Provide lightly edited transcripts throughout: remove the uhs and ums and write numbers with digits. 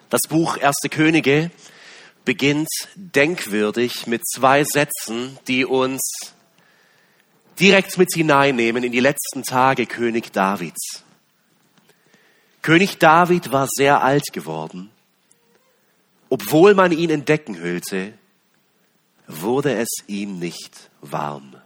Das Buch 1. Könige beginnt denkwürdig mit 2 Sätzen, die uns direkt mit hineinnehmen in die letzten Tage König Davids. König David war sehr alt geworden. Obwohl man ihn in Decken hüllte, wurde es ihm nicht warm.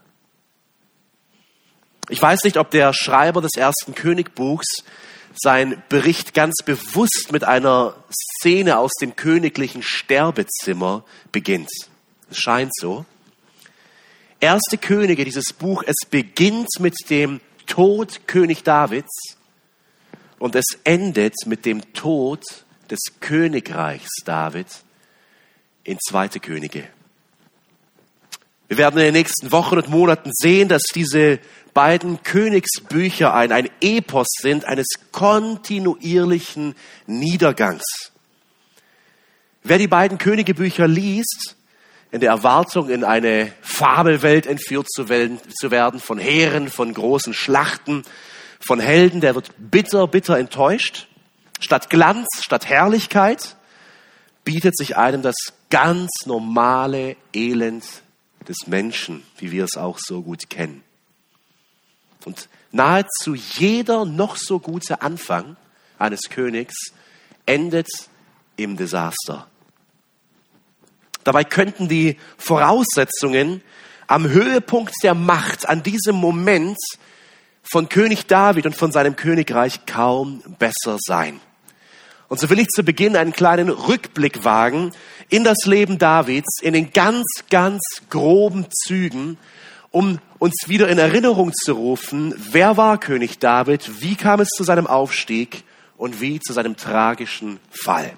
Ich weiß nicht, ob der Schreiber des 1. Königbuchs sein Bericht ganz bewusst mit einer Szene aus dem königlichen Sterbezimmer beginnt. Es scheint so. 1. Könige, dieses Buch, es beginnt mit dem Tod König Davids und es endet mit dem Tod des Königreichs David in 2. Könige. Wir werden in den nächsten Wochen und Monaten sehen, dass diese beiden Königsbücher ein Epos sind eines kontinuierlichen Niedergangs. Wer die beiden Königebücher liest, in der Erwartung, in eine Fabelwelt entführt zu werden, von Heeren, von großen Schlachten, von Helden, der wird bitter enttäuscht. Statt Glanz, statt Herrlichkeit bietet sich einem das ganz normale Elend des Menschen, wie wir es auch so gut kennen. Und nahezu jeder noch so gute Anfang eines Königs endet im Desaster. Dabei könnten die Voraussetzungen am Höhepunkt der Macht, an diesem Moment von König David und von seinem Königreich kaum besser sein. Und so will ich zu Beginn einen kleinen Rückblick wagen in das Leben Davids, in den ganz groben Zügen, um uns wieder in Erinnerung zu rufen, wer war König David, wie kam es zu seinem Aufstieg und wie zu seinem tragischen Fall.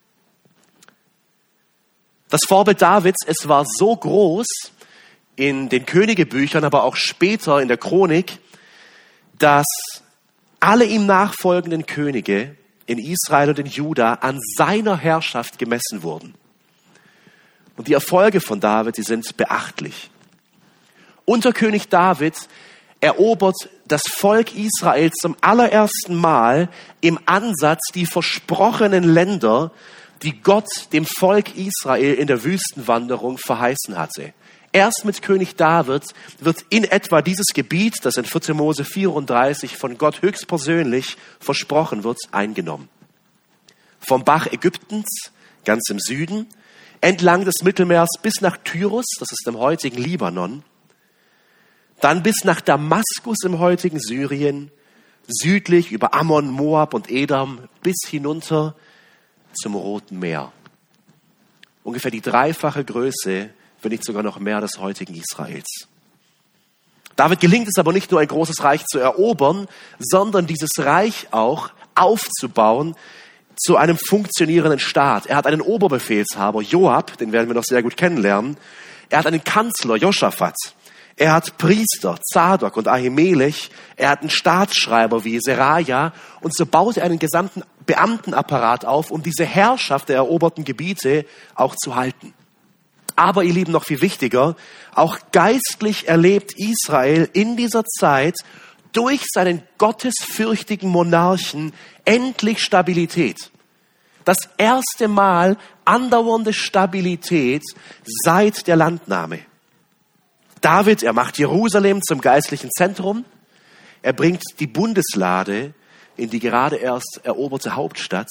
Das Vorbild Davids, es war so groß in den Königebüchern, aber auch später in der Chronik, dass alle ihm nachfolgenden Könige in Israel und in Juda an seiner Herrschaft gemessen wurden. Und die Erfolge von David, die sind beachtlich. Unter König David erobert das Volk Israel zum allerersten Mal im Ansatz die versprochenen Länder, die Gott dem Volk Israel in der Wüstenwanderung verheißen hatte. Erst mit König David wird in etwa dieses Gebiet, das in 4. Mose 34 von Gott höchstpersönlich versprochen wird, eingenommen. Vom Bach Ägyptens, ganz im Süden, entlang des Mittelmeers bis nach Tyrus, das ist im heutigen Libanon, dann bis nach Damaskus im heutigen Syrien, südlich über Ammon, Moab und Edom bis hinunter zum Roten Meer. Ungefähr die 3-fache Größe, wenn nicht sogar noch mehr, des heutigen Israels. David gelingt es aber nicht nur, ein großes Reich zu erobern, sondern dieses Reich auch aufzubauen zu einem funktionierenden Staat. Er hat einen Oberbefehlshaber, Joab, den werden wir noch sehr gut kennenlernen. Er hat einen Kanzler, Josaphat. Er hat Priester, Zadok und Ahimelech. Er hat einen Staatsschreiber wie Seraja. Und so baut er einen gesamten Beamtenapparat auf, um diese Herrschaft der eroberten Gebiete auch zu halten. Aber ihr Lieben, noch viel wichtiger, auch geistlich erlebt Israel in dieser Zeit durch seinen gottesfürchtigen Monarchen endlich Stabilität. Das erste Mal andauernde Stabilität seit der Landnahme. David, er macht Jerusalem zum geistlichen Zentrum. Er bringt die Bundeslade in die gerade erst eroberte Hauptstadt.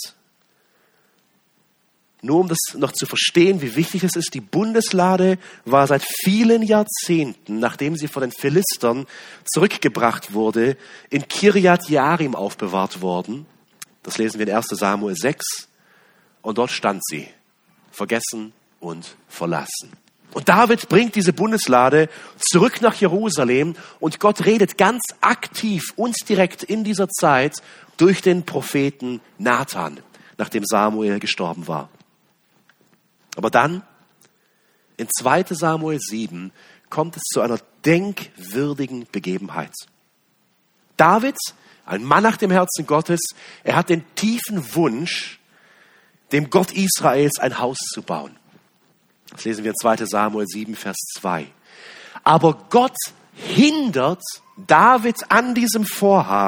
Nur um das noch zu verstehen, wie wichtig es ist, die Bundeslade war seit vielen Jahrzehnten, nachdem sie von den Philistern zurückgebracht wurde, in Kirjat Jearim aufbewahrt worden. Das lesen wir in 1. Samuel 6. Und dort stand sie, vergessen und verlassen. Und David bringt diese Bundeslade zurück nach Jerusalem und Gott redet ganz aktiv und direkt in dieser Zeit durch den Propheten Nathan, nachdem Samuel gestorben war. Aber dann, in 2. Samuel 7, kommt es zu einer denkwürdigen Begebenheit. David, ein Mann nach dem Herzen Gottes, er hat den tiefen Wunsch, dem Gott Israels ein Haus zu bauen. Das lesen wir in 2. Samuel 7, Vers 2. Aber Gott hindert David an diesem Vorhaben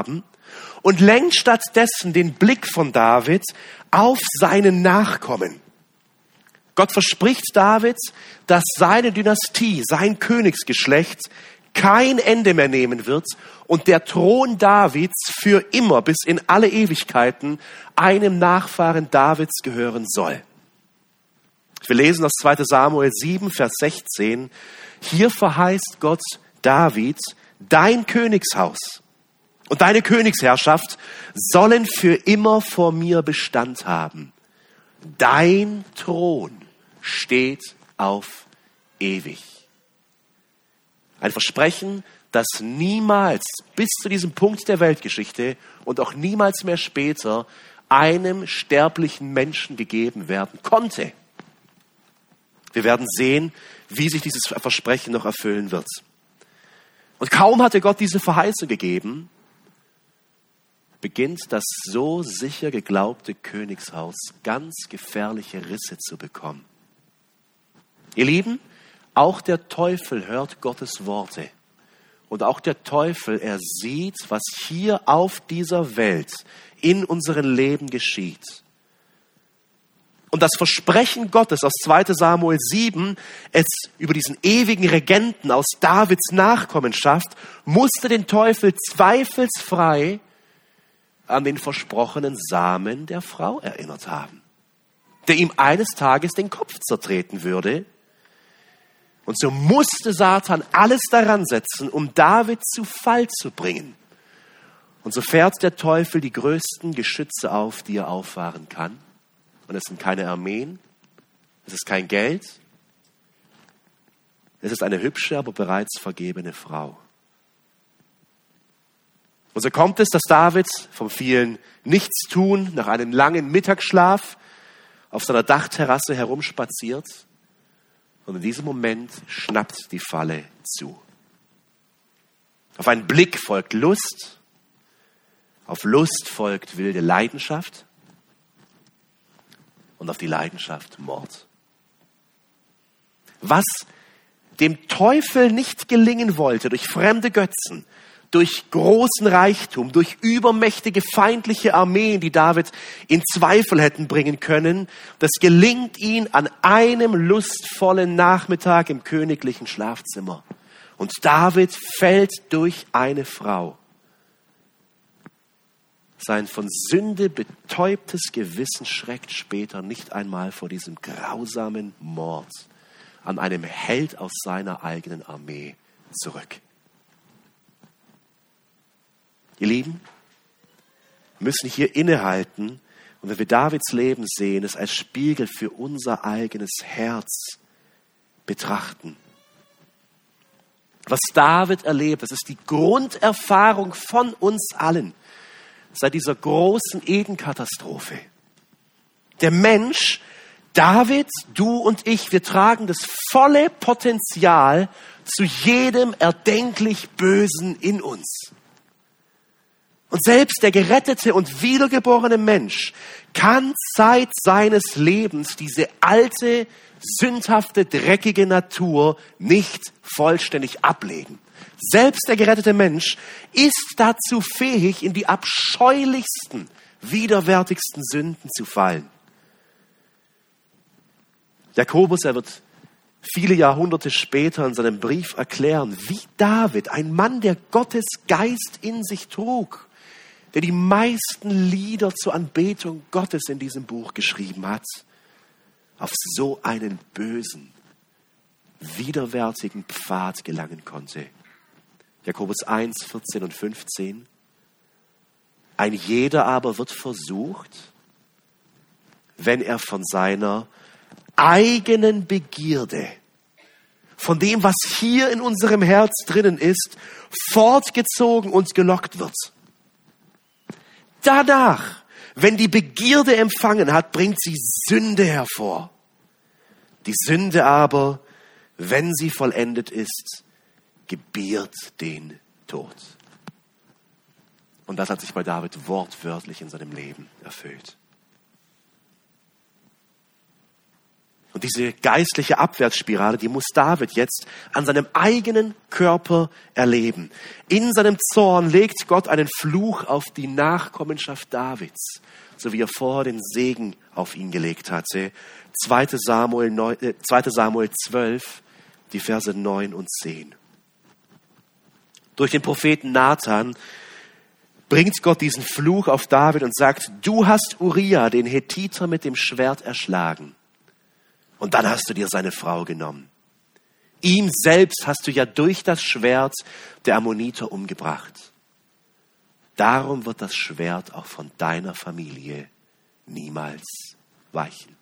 und lenkt stattdessen den Blick von David auf seinen Nachkommen. Gott verspricht David, dass seine Dynastie, sein Königsgeschlecht kein Ende mehr nehmen wird und der Thron Davids für immer bis in alle Ewigkeiten einem Nachfahren Davids gehören soll. Wir lesen aus 2. Samuel 7, Vers 16. Hier verheißt Gott David, dein Königshaus und deine Königsherrschaft sollen für immer vor mir Bestand haben. Dein Thron steht auf ewig. Ein Versprechen, das niemals bis zu diesem Punkt der Weltgeschichte und auch niemals mehr später einem sterblichen Menschen gegeben werden konnte. Wir werden sehen, wie sich dieses Versprechen noch erfüllen wird. Und kaum hatte Gott diese Verheißung gegeben, beginnt das so sicher geglaubte Königshaus ganz gefährliche Risse zu bekommen. Ihr Lieben, auch der Teufel hört Gottes Worte. Und auch der Teufel, er sieht, was hier auf dieser Welt in unserem Leben geschieht. Und das Versprechen Gottes aus 2. Samuel 7, es über diesen ewigen Regenten aus Davids Nachkommenschaft, musste den Teufel zweifelsfrei an den versprochenen Samen der Frau erinnert haben, der ihm eines Tages den Kopf zertreten würde. Und so musste Satan alles daran setzen, um David zu Fall zu bringen. Und so fährt der Teufel die größten Geschütze auf, die er auffahren kann. Und es sind keine Armeen, es ist kein Geld, es ist eine hübsche, aber bereits vergebene Frau. Und so kommt es, dass David vom vielen Nichtstun nach einem langen Mittagsschlaf auf seiner Dachterrasse herumspaziert. Und in diesem Moment schnappt die Falle zu. Auf einen Blick folgt Lust, auf Lust folgt wilde Leidenschaft und auf die Leidenschaft Mord. Was dem Teufel nicht gelingen wollte durch fremde Götzen, durch großen Reichtum, durch übermächtige feindliche Armeen, die David in Zweifel hätten bringen können, das gelingt ihm an einem lustvollen Nachmittag im königlichen Schlafzimmer. Und David fällt durch eine Frau. Sein von Sünde betäubtes Gewissen schreckt später nicht einmal vor diesem grausamen Mord an einem Held aus seiner eigenen Armee zurück. Ihr Lieben, wir müssen hier innehalten und wenn wir Davids Leben sehen, es als Spiegel für unser eigenes Herz betrachten. Was David erlebt, das ist die Grunderfahrung von uns allen seit dieser großen Eden-Katastrophe. Der Mensch, David, du und ich, wir tragen das volle Potenzial zu jedem erdenklich Bösen in uns. Und selbst der gerettete und wiedergeborene Mensch kann Zeit seines Lebens diese alte, sündhafte, dreckige Natur nicht vollständig ablegen. Selbst der gerettete Mensch ist dazu fähig, in die abscheulichsten, widerwärtigsten Sünden zu fallen. Jakobus, er wird viele Jahrhunderte später in seinem Brief erklären, wie David, ein Mann, der Gottes Geist in sich trug, der die meisten Lieder zur Anbetung Gottes in diesem Buch geschrieben hat, auf so einen bösen, widerwärtigen Pfad gelangen konnte. Jakobus 1, 14 und 15. Ein jeder aber wird versucht, wenn er von seiner eigenen Begierde, von dem, was hier in unserem Herz drinnen ist, fortgezogen und gelockt wird. Danach, wenn die Begierde empfangen hat, bringt sie Sünde hervor. Die Sünde aber, wenn sie vollendet ist, gebiert den Tod. Und das hat sich bei David wortwörtlich in seinem Leben erfüllt. Und Und diese geistliche Abwärtsspirale, die muss David jetzt an seinem eigenen Körper erleben. In seinem Zorn legt Gott einen Fluch auf die Nachkommenschaft Davids, so wie er vorher den Segen auf ihn gelegt hatte. 2. Samuel 12, die Verse 9 und 10. Durch den Propheten Nathan bringt Gott diesen Fluch auf David und sagt, du hast Uriah, den Hethiter, mit dem Schwert erschlagen. Und dann hast du dir seine Frau genommen. Ihm selbst hast du ja durch das Schwert der Ammoniter umgebracht. Darum wird das Schwert auch von deiner Familie niemals weichen.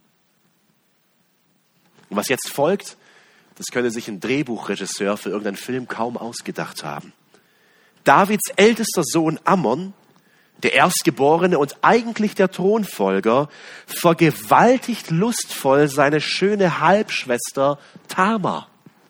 Und was jetzt folgt, das könnte sich ein Drehbuchregisseur für irgendeinen Film kaum ausgedacht haben. Davids ältester Sohn Ammon, der Erstgeborene und eigentlich der Thronfolger, vergewaltigt lustvoll seine schöne Halbschwester Tamar.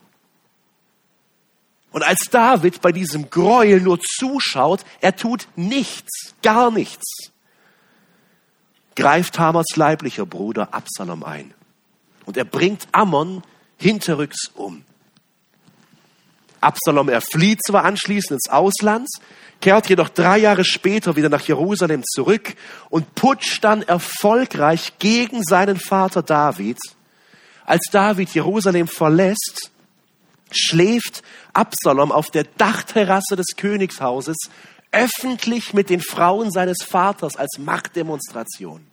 Und als David bei diesem Gräuel nur zuschaut, er tut nichts, gar nichts, greift Tamars leiblicher Bruder Absalom ein. Und er bringt Ammon hinterrücks um. Absalom, er flieht zwar anschließend ins Ausland, kehrt jedoch 3 Jahre später wieder nach Jerusalem zurück und putscht dann erfolgreich gegen seinen Vater David. Als David Jerusalem verlässt, schläft Absalom auf der Dachterrasse des Königshauses öffentlich mit den Frauen seines Vaters als Machtdemonstration.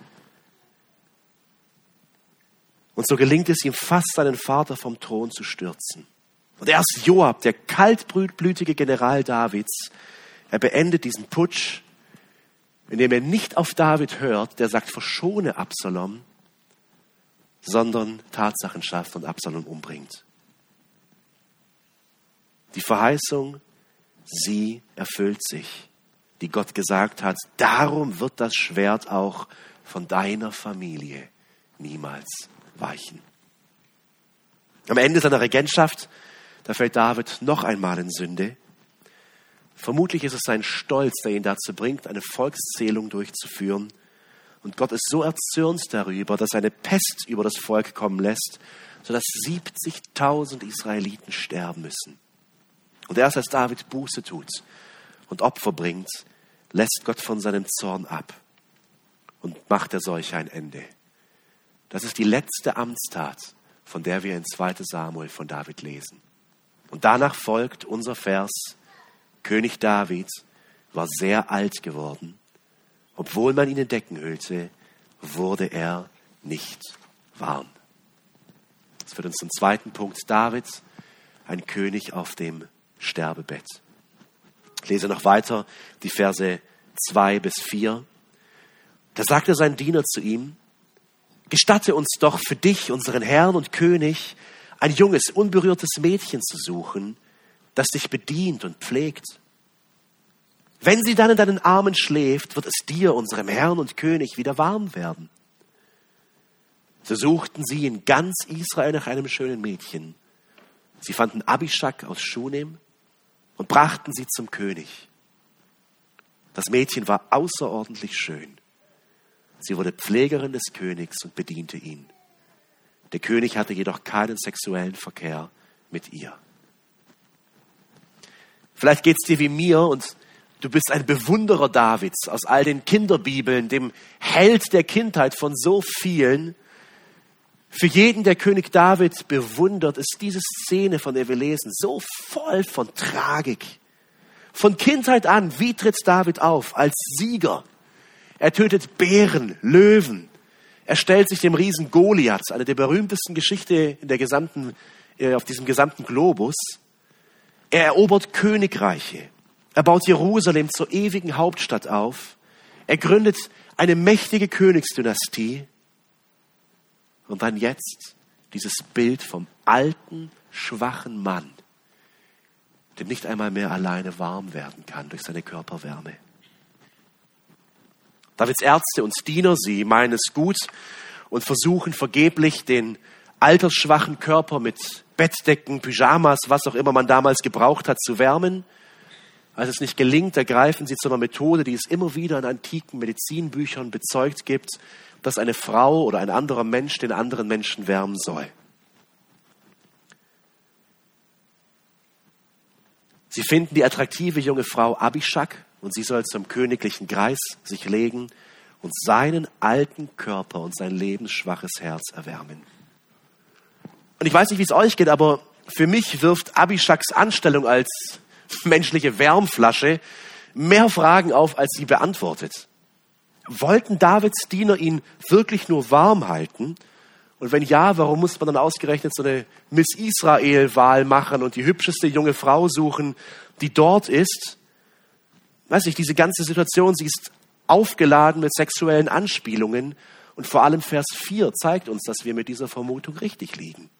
Und so gelingt es ihm fast, seinen Vater vom Thron zu stürzen. Und erst Joab, der kaltblütige General Davids, er beendet diesen Putsch, indem er nicht auf David hört, der sagt, verschone Absalom, sondern Tatsachen schafft und Absalom umbringt. Die Verheißung, sie erfüllt sich, die Gott gesagt hat, darum wird das Schwert auch von deiner Familie niemals weichen. Am Ende seiner Regentschaft, da fällt David noch einmal in Sünde. Vermutlich ist es sein Stolz, der ihn dazu bringt, eine Volkszählung durchzuführen. Und Gott ist so erzürnt darüber, dass eine Pest über das Volk kommen lässt, sodass 70.000 Israeliten sterben müssen. Und erst als David Buße tut und Opfer bringt, lässt Gott von seinem Zorn ab und macht der Seuche ein Ende. Das ist die letzte Amtstat, von der wir in 2. Samuel von David lesen. Und danach folgt unser Vers, König David war sehr alt geworden. Obwohl man ihn in Decken hüllte, wurde er nicht warm. Das führt uns zum zweiten Punkt. David, ein König auf dem Sterbebett. Ich lese noch weiter die Verse 2 bis 4. Da sagte sein Diener zu ihm, gestatte uns doch für dich, unseren Herrn und König, ein junges, unberührtes Mädchen zu suchen, das dich bedient und pflegt. Wenn sie dann in deinen Armen schläft, wird es dir, unserem Herrn und König, wieder warm werden. So suchten sie in ganz Israel nach einem schönen Mädchen. Sie fanden Abishag aus Schunem und brachten sie zum König. Das Mädchen war außerordentlich schön. Sie wurde Pflegerin des Königs und bediente ihn. Der König hatte jedoch keinen sexuellen Verkehr mit ihr. Vielleicht geht's dir wie mir und du bist ein Bewunderer Davids aus all den Kinderbibeln, dem Held der Kindheit von so vielen. Für jeden, der König David bewundert, ist diese Szene, von der wir lesen, so voll von Tragik. Von Kindheit an, wie tritt David auf? Als Sieger. Er tötet Bären, Löwen. Er stellt sich dem Riesen Goliath, eine der berühmtesten Geschichten auf diesem gesamten Globus. Er erobert Königreiche. Er baut Jerusalem zur ewigen Hauptstadt auf. Er gründet eine mächtige Königsdynastie. Und dann jetzt dieses Bild vom alten, schwachen Mann, dem nicht einmal mehr alleine warm werden kann durch seine Körperwärme. Davids Ärzte und Diener, sie meinen es gut und versuchen vergeblich, den altersschwachen Körper mit Bettdecken, Pyjamas, was auch immer man damals gebraucht hat, zu wärmen. Als es nicht gelingt, ergreifen sie zu einer Methode, die es immer wieder in antiken Medizinbüchern bezeugt gibt, dass eine Frau oder ein anderer Mensch den anderen Menschen wärmen soll. Sie finden die attraktive junge Frau Abishag und sie soll zum königlichen Greis sich legen und seinen alten Körper und sein lebensschwaches Herz erwärmen. Und ich weiß nicht, wie es euch geht, aber für mich wirft Abishags Anstellung als menschliche Wärmflasche mehr Fragen auf, als sie beantwortet. Wollten Davids Diener ihn wirklich nur warm halten? Und wenn ja, warum muss man dann ausgerechnet so eine Miss Israel-Wahl machen und die hübscheste junge Frau suchen, die dort ist? Weiß nicht, diese ganze Situation, sie ist aufgeladen mit sexuellen Anspielungen. Und vor allem Vers 4 zeigt uns, dass wir mit dieser Vermutung richtig liegen.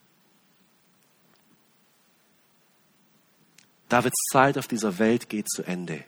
Davids Zeit auf dieser Welt geht zu Ende.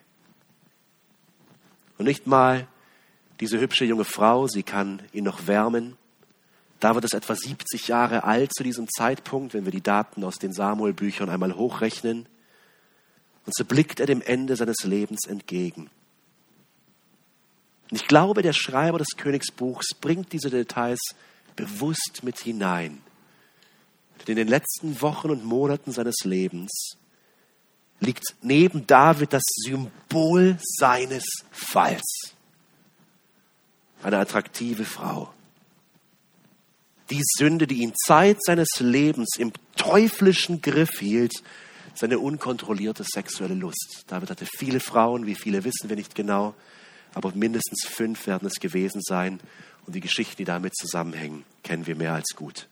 Und nicht mal diese hübsche junge Frau, sie kann ihn noch wärmen. David ist etwa 70 Jahre alt zu diesem Zeitpunkt, wenn wir die Daten aus den Samuel-Büchern einmal hochrechnen. Und so blickt er dem Ende seines Lebens entgegen. Und ich glaube, der Schreiber des Königsbuchs bringt diese Details bewusst mit hinein. Denn in den letzten Wochen und Monaten seines Lebens liegt neben David das Symbol seines Falls. Eine attraktive Frau. Die Sünde, die ihn Zeit seines Lebens im teuflischen Griff hielt, seine unkontrollierte sexuelle Lust. David hatte viele Frauen, wie viele wissen wir nicht genau, aber mindestens 5 werden es gewesen sein. Und die Geschichten, die damit zusammenhängen, kennen wir mehr als gut.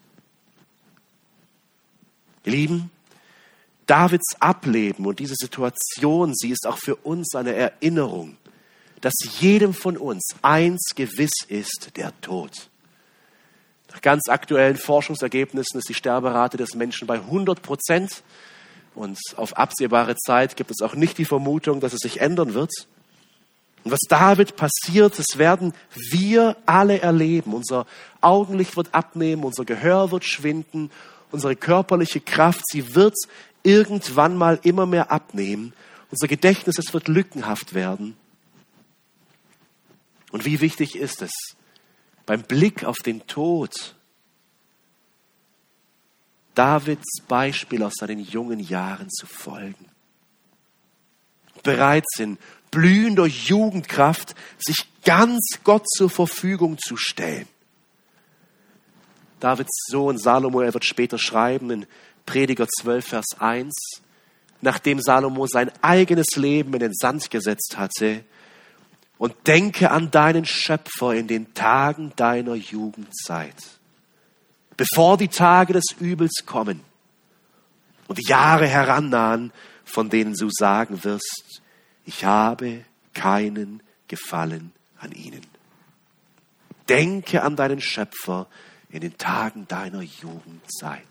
Ihr Lieben, Davids Ableben und diese Situation, sie ist auch für uns eine Erinnerung, dass jedem von uns eins gewiss ist, der Tod. Nach ganz aktuellen Forschungsergebnissen ist die Sterberate des Menschen bei 100%. Und auf absehbare Zeit gibt es auch nicht die Vermutung, dass es sich ändern wird. Und was David passiert, das werden wir alle erleben. Unser Augenlicht wird abnehmen, unser Gehör wird schwinden, unsere körperliche Kraft, sie wird irgendwann mal immer mehr abnehmen. Unser Gedächtnis, es wird lückenhaft werden. Und wie wichtig ist es, beim Blick auf den Tod Davids Beispiel aus seinen jungen Jahren zu folgen. Bereit sind, blühender Jugendkraft, sich ganz Gott zur Verfügung zu stellen. Davids Sohn Salomo, er wird später schreiben in Prediger 12, Vers 1, nachdem Salomo sein eigenes Leben in den Sand gesetzt hatte: Und denke an deinen Schöpfer in den Tagen deiner Jugendzeit, bevor die Tage des Übels kommen und die Jahre herannahen, von denen du sagen wirst, ich habe keinen Gefallen an ihnen. Denke an deinen Schöpfer in den Tagen deiner Jugendzeit.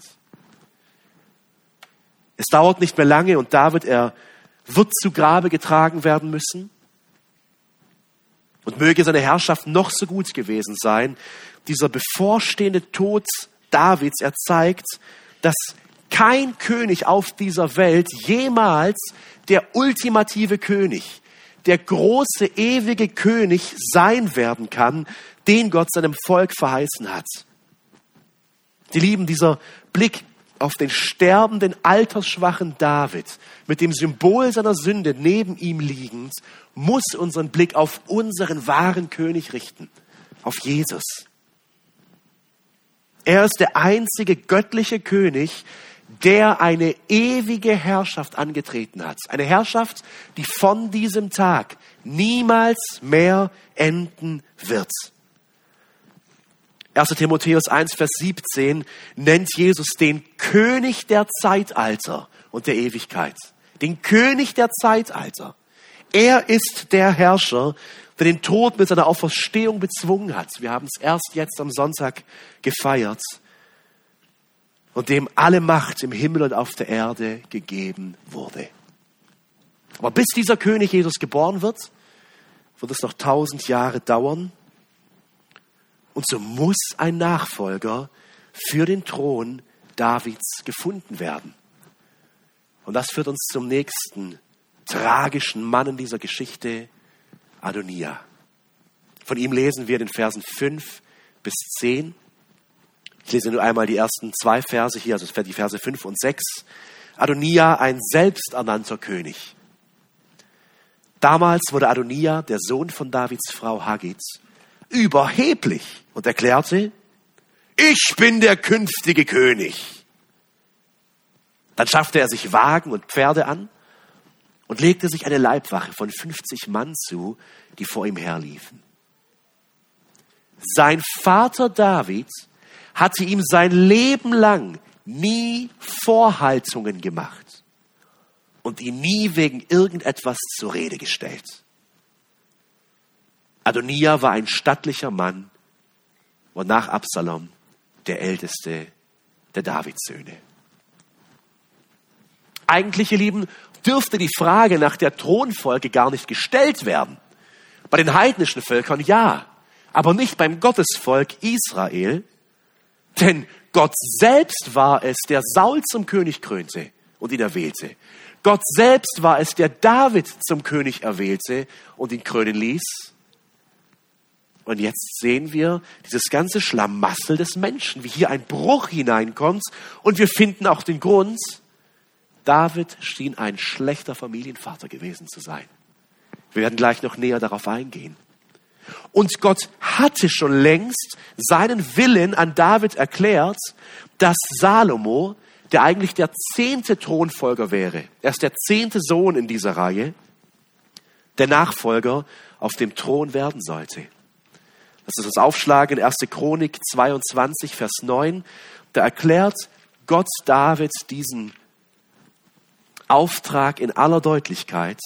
Es dauert nicht mehr lange und David, er wird zu Grabe getragen werden müssen. Und möge seine Herrschaft noch so gut gewesen sein, dieser bevorstehende Tod Davids, er zeigt, dass kein König auf dieser Welt jemals der ultimative König, der große, ewige König sein werden kann, den Gott seinem Volk verheißen hat. Die Lieben, dieser Blick auf den sterbenden, altersschwachen David, mit dem Symbol seiner Sünde neben ihm liegend, muss unseren Blick auf unseren wahren König richten, auf Jesus. Er ist der einzige göttliche König, der eine ewige Herrschaft angetreten hat. Eine Herrschaft, die von diesem Tag niemals mehr enden wird. 1. Timotheus 1, Vers 17 nennt Jesus den König der Zeitalter und der Ewigkeit. Den König der Zeitalter. Er ist der Herrscher, der den Tod mit seiner Auferstehung bezwungen hat. Wir haben es erst jetzt am Sonntag gefeiert. Und dem alle Macht im Himmel und auf der Erde gegeben wurde. Aber bis dieser König Jesus geboren wird es noch 1000 Jahre dauern. Und so muss ein Nachfolger für den Thron Davids gefunden werden. Und das führt uns zum nächsten tragischen Mann in dieser Geschichte, Adonia. Von ihm lesen wir in den Versen 5 bis 10. Ich lese nur einmal die ersten 2 Verse hier, also die Verse 5 und 6. Adonia, ein selbsternannter König. Damals wurde Adonia, der Sohn von Davids Frau Hagit, überheblich und erklärte, ich bin der künftige König. Dann schaffte er sich Wagen und Pferde an und legte sich eine Leibwache von 50 Mann zu, die vor ihm herliefen. Sein Vater David hatte ihm sein Leben lang nie Vorhaltungen gemacht und ihn nie wegen irgendetwas zur Rede gestellt. Adonia war ein stattlicher Mann und nach Absalom der älteste der Davidssöhne. Eigentlich, ihr Lieben, dürfte die Frage nach der Thronfolge gar nicht gestellt werden. Bei den heidnischen Völkern ja, aber nicht beim Gottesvolk Israel. Denn Gott selbst war es, der Saul zum König krönte und ihn erwählte. Gott selbst war es, der David zum König erwählte und ihn krönen ließ. Und jetzt sehen wir dieses ganze Schlamassel des Menschen, wie hier ein Bruch hineinkommt. Und wir finden auch den Grund, David schien ein schlechter Familienvater gewesen zu sein. Wir werden gleich noch näher darauf eingehen. Und Gott hatte schon längst seinen Willen an David erklärt, dass Salomo, der eigentlich der 10. Thronfolger wäre, er ist der 10. Sohn in dieser Reihe, der Nachfolger auf dem Thron werden sollte. Lass uns das aufschlagen in 1. Chronik 22, Vers 9. Da erklärt Gott David diesen Auftrag in aller Deutlichkeit.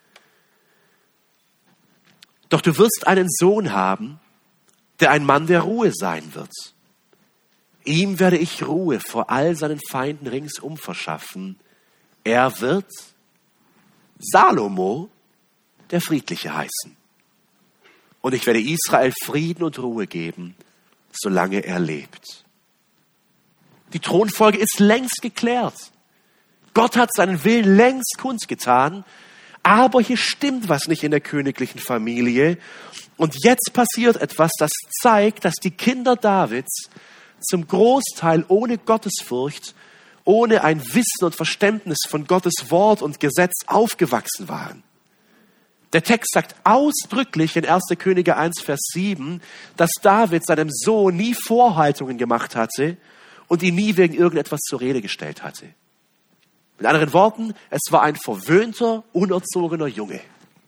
Doch du wirst einen Sohn haben, der ein Mann der Ruhe sein wird. Ihm werde ich Ruhe vor all seinen Feinden ringsum verschaffen. Er wird Salomo, der Friedliche, heißen. Und ich werde Israel Frieden und Ruhe geben, solange er lebt. Die Thronfolge ist längst geklärt. Gott hat seinen Willen längst kundgetan, aber hier stimmt was nicht in der königlichen Familie. Und jetzt passiert etwas, das zeigt, dass die Kinder Davids zum Großteil ohne Gottesfurcht, ohne ein Wissen und Verständnis von Gottes Wort und Gesetz aufgewachsen waren. Der Text sagt ausdrücklich in 1. Könige 1, Vers 7, dass David seinem Sohn nie Vorhaltungen gemacht hatte und ihn nie wegen irgendetwas zur Rede gestellt hatte. Mit anderen Worten, es war ein verwöhnter, unerzogener Junge.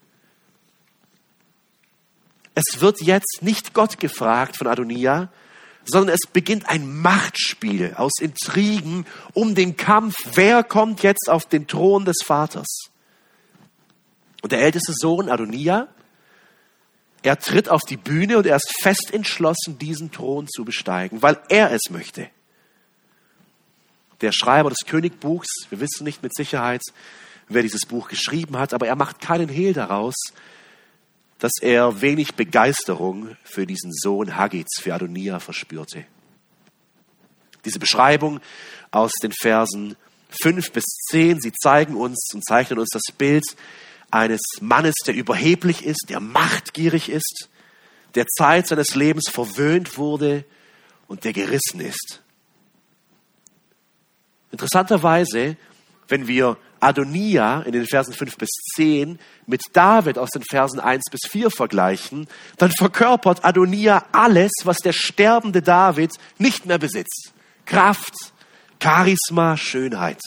Es wird jetzt nicht Gott gefragt von Adonia, sondern es beginnt ein Machtspiel aus Intrigen um den Kampf, wer kommt jetzt auf den Thron des Vaters. Und der älteste Sohn, Adonia, er tritt auf die Bühne und er ist fest entschlossen, diesen Thron zu besteigen, weil er es möchte. Der Schreiber des Königbuchs, wir wissen nicht mit Sicherheit, wer dieses Buch geschrieben hat, aber er macht keinen Hehl daraus, dass er wenig Begeisterung für diesen Sohn Hagits, für Adonia verspürte. Diese Beschreibung aus den Versen 5 bis 10, sie zeigen uns und zeichnen uns das Bild eines Mannes, der überheblich ist, der machtgierig ist, der Zeit seines Lebens verwöhnt wurde und der gerissen ist. Interessanterweise, wenn wir Adonia in den Versen 5 bis 10 mit David aus den Versen 1 bis 4 vergleichen, dann verkörpert Adonia alles, was der sterbende David nicht mehr besitzt. Kraft, Charisma, Schönheit.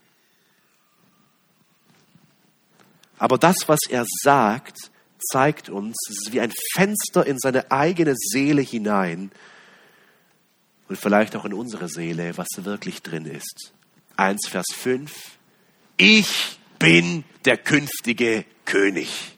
Aber das, was er sagt, zeigt uns, es ist wie ein Fenster in seine eigene Seele hinein und vielleicht auch in unsere Seele, was wirklich drin ist. 1, Vers 5. Ich bin der künftige König.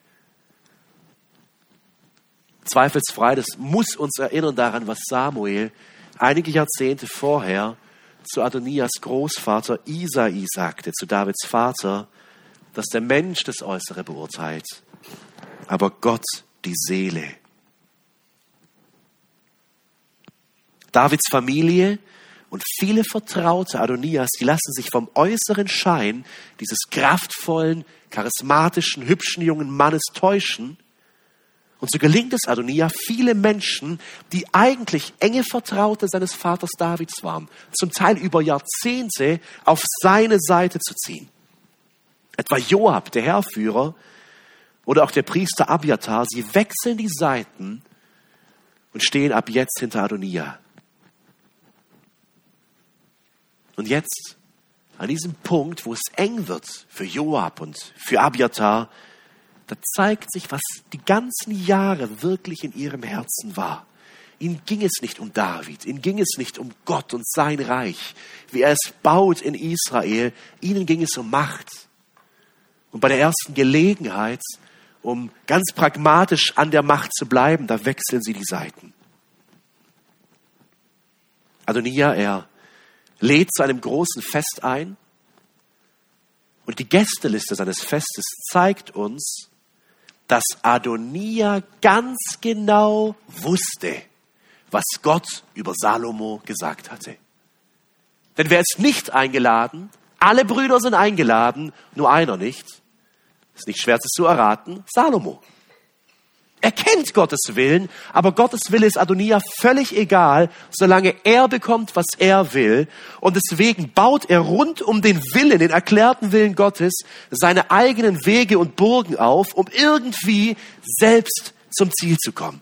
Zweifelsfrei, das muss uns erinnern daran, was Samuel einige Jahrzehnte vorher zu Adonias Großvater Isai sagte, zu Davids Vater, dass der Mensch das Äußere beurteilt, aber Gott die Seele. Davids Familie Und viele Vertraute Adonias, die lassen sich vom äußeren Schein dieses kraftvollen, charismatischen, hübschen jungen Mannes täuschen. Und so gelingt es Adonia, viele Menschen, die eigentlich enge Vertraute seines Vaters Davids waren, zum Teil über Jahrzehnte auf seine Seite zu ziehen. Etwa Joab, der Heerführer, oder auch der Priester Abiathar, sie wechseln die Seiten und stehen ab jetzt hinter Adonia. Und jetzt, an diesem Punkt, wo es eng wird für Joab und für Abiathar, da zeigt sich, was die ganzen Jahre wirklich in ihrem Herzen war. Ihnen ging es nicht um David, ihnen ging es nicht um Gott und sein Reich, wie er es baut in Israel. Ihnen ging es um Macht. Und bei der ersten Gelegenheit, um ganz pragmatisch an der Macht zu bleiben, da wechseln sie die Seiten. Adonia, er lädt zu einem großen Fest ein. Und die Gästeliste seines Festes zeigt uns, dass Adonia ganz genau wusste, was Gott über Salomo gesagt hatte. Denn wer ist nicht eingeladen? Alle Brüder sind eingeladen, nur einer nicht. Ist nicht schwer zu erraten, Salomo. Er kennt Gottes Willen, aber Gottes Wille ist Adonia völlig egal, solange er bekommt, was er will. Und deswegen baut er rund um den Willen, den erklärten Willen Gottes, seine eigenen Wege und Burgen auf, um irgendwie selbst zum Ziel zu kommen.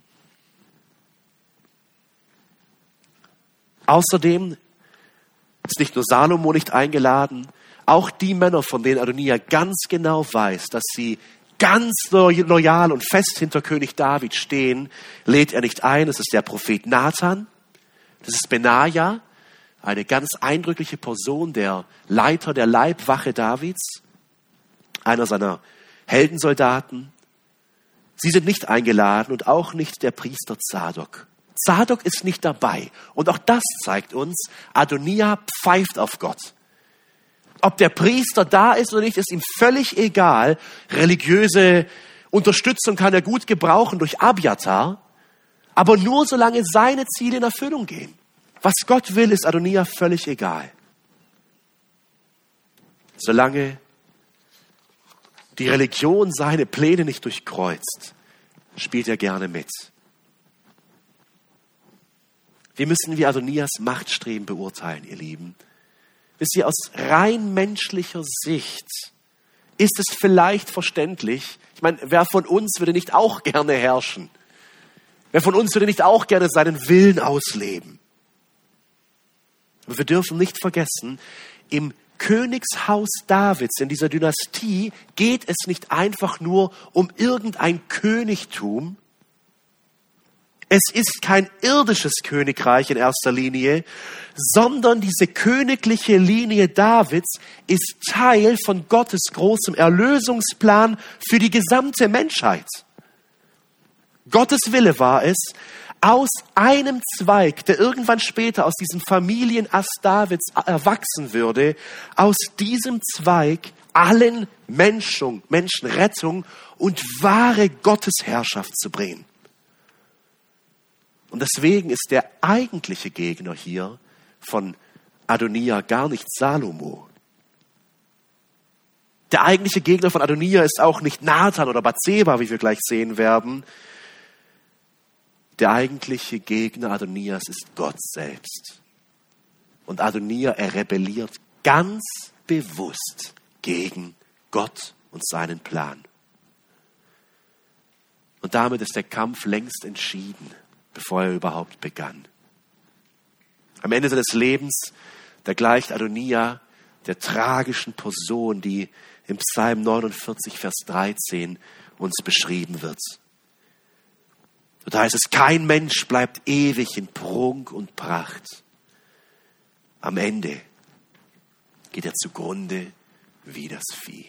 Außerdem ist nicht nur Salomo nicht eingeladen, auch die Männer, von denen Adonia ganz genau weiß, dass sie ganz loyal und fest hinter König David stehen, lädt er nicht ein. Das ist der Prophet Nathan, das ist Benaja, eine ganz eindrückliche Person, der Leiter der Leibwache Davids, einer seiner Heldensoldaten. Sie sind nicht eingeladen und auch nicht der Priester Zadok. Zadok ist nicht dabei. Und auch das zeigt uns, Adonia pfeift auf Gott. Ob der Priester da ist oder nicht, ist ihm völlig egal. Religiöse Unterstützung kann er gut gebrauchen durch Abiathar, aber nur solange seine Ziele in Erfüllung gehen. Was Gott will, ist Adonia völlig egal. Solange die Religion seine Pläne nicht durchkreuzt, spielt er gerne mit. Wir müssen wie Adonias Machtstreben beurteilen, ihr Lieben. Wisst ihr, aus rein menschlicher Sicht ist es vielleicht verständlich. Ich meine, wer von uns würde nicht auch gerne herrschen? Wer von uns würde nicht auch gerne seinen Willen ausleben? Aber wir dürfen nicht vergessen, im Königshaus Davids, in dieser Dynastie, geht es nicht einfach nur um irgendein Königtum. Es ist kein irdisches Königreich in erster Linie, sondern diese königliche Linie Davids ist Teil von Gottes großem Erlösungsplan für die gesamte Menschheit. Gottes Wille war es, aus einem Zweig, der irgendwann später aus diesem Familienast Davids erwachsen würde, aus diesem Zweig allen Menschen Rettung und wahre Gottesherrschaft zu bringen. Und deswegen ist der eigentliche Gegner hier von Adonia gar nicht Salomo. Der eigentliche Gegner von Adonia ist auch nicht Nathan oder Bathseba, wie wir gleich sehen werden. Der eigentliche Gegner Adonias ist Gott selbst. Und Adonia, er rebelliert ganz bewusst gegen Gott und seinen Plan. Und damit ist der Kampf längst entschieden, bevor er überhaupt begann. Am Ende seines Lebens, da gleicht Adonia der tragischen Person, die im Psalm 49, Vers 13 uns beschrieben wird. Und da heißt es, kein Mensch bleibt ewig in Prunk und Pracht. Am Ende geht er zugrunde wie das Vieh.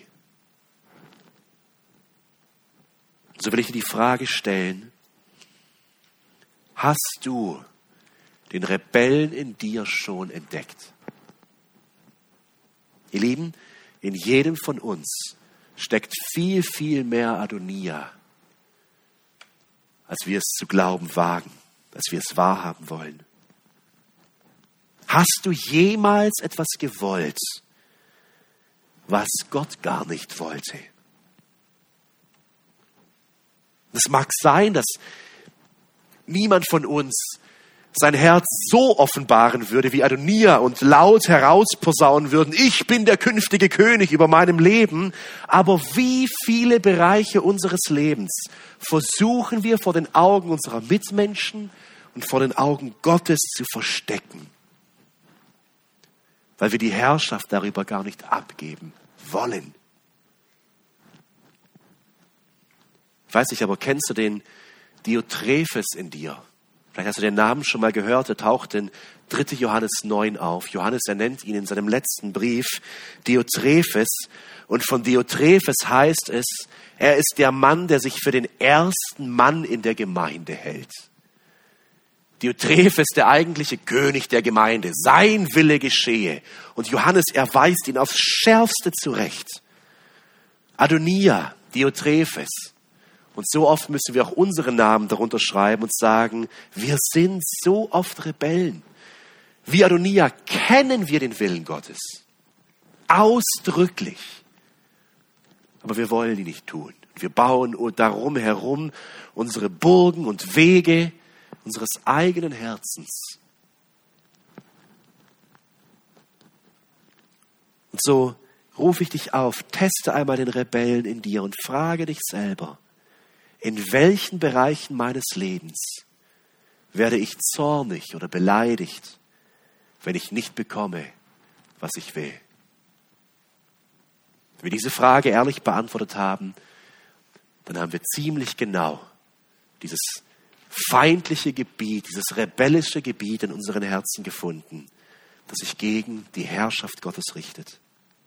So will ich dir die Frage stellen, hast du den Rebellen in dir schon entdeckt? Ihr Lieben, in jedem von uns steckt viel, viel mehr Adonia, als wir es zu glauben wagen, als wir es wahrhaben wollen. Hast du jemals etwas gewollt, was Gott gar nicht wollte? Es mag sein, dass niemand von uns sein Herz so offenbaren würde wie Adonia und laut herausposaunen würden, ich bin der künftige König über meinem Leben. Aber wie viele Bereiche unseres Lebens versuchen wir vor den Augen unserer Mitmenschen und vor den Augen Gottes zu verstecken, weil wir die Herrschaft darüber gar nicht abgeben wollen. Ich weiß nicht, aber kennst du den Diotrephes in dir? Vielleicht hast du den Namen schon mal gehört, er taucht in 3. Johannes 9 auf. Johannes, er nennt ihn in seinem letzten Brief Diotrephes. Und von Diotrephes heißt es, er ist der Mann, der sich für den ersten Mann in der Gemeinde hält. Diotrephes, der eigentliche König der Gemeinde, sein Wille geschehe. Und Johannes, er weist ihn aufs Schärfste zurecht. Adonia, Diotrephes. Und so oft müssen wir auch unseren Namen darunter schreiben und sagen, wir sind so oft Rebellen. Wie Adonia kennen wir den Willen Gottes. Ausdrücklich. Aber wir wollen ihn nicht tun. Wir bauen darum herum unsere Burgen und Wege unseres eigenen Herzens. Und so rufe ich dich auf, teste einmal den Rebellen in dir und frage dich selber, in welchen Bereichen meines Lebens werde ich zornig oder beleidigt, wenn ich nicht bekomme, was ich will? Wenn wir diese Frage ehrlich beantwortet haben, dann haben wir ziemlich genau dieses feindliche Gebiet, dieses rebellische Gebiet in unseren Herzen gefunden, das sich gegen die Herrschaft Gottes richtet.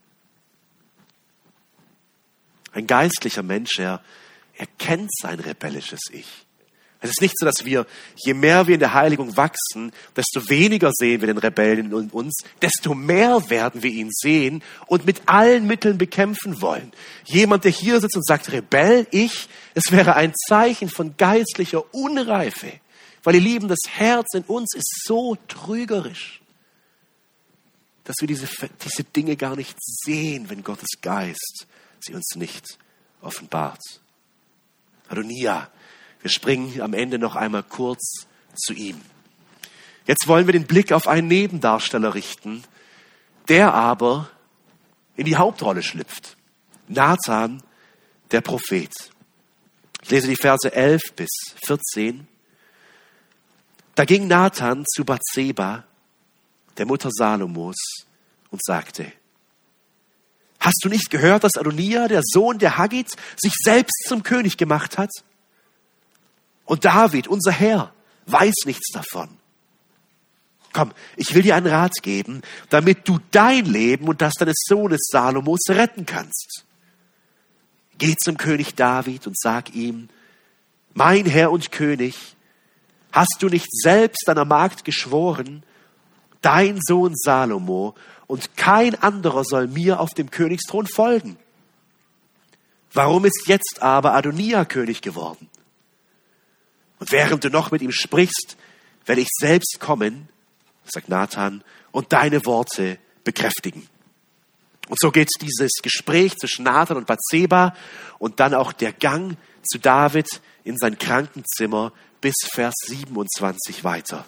Ein geistlicher Mensch, er kennt sein rebellisches Ich. Es ist nicht so, dass wir, je mehr wir in der Heiligung wachsen, desto weniger sehen wir den Rebellen in uns, desto mehr werden wir ihn sehen und mit allen Mitteln bekämpfen wollen. Jemand, der hier sitzt und sagt, Rebell, es wäre ein Zeichen von geistlicher Unreife. Weil ihr Lieben, das Herz in uns ist so trügerisch, dass wir diese Dinge gar nicht sehen, wenn Gottes Geist sie uns nicht offenbart. Adonia, wir springen am Ende noch einmal kurz zu ihm. Jetzt wollen wir den Blick auf einen Nebendarsteller richten, der aber in die Hauptrolle schlüpft. Nathan, der Prophet. Ich lese die Verse 11 bis 14. Da ging Nathan zu Bathseba, der Mutter Salomos, und sagte, hast du nicht gehört, dass Adonia, der Sohn der Haggit, sich selbst zum König gemacht hat? Und David, unser Herr, weiß nichts davon. Komm, ich will dir einen Rat geben, damit du dein Leben und das deines Sohnes Salomos retten kannst. Geh zum König David und sag ihm, mein Herr und König, hast du nicht selbst deiner Magd geschworen, dein Sohn Salomo und kein anderer soll mir auf dem Königsthron folgen? Warum ist jetzt aber Adonia König geworden? Und während du noch mit ihm sprichst, werde ich selbst kommen, sagt Nathan, und deine Worte bekräftigen. Und so geht dieses Gespräch zwischen Nathan und Bathseba und dann auch der Gang zu David in sein Krankenzimmer bis Vers 27 weiter.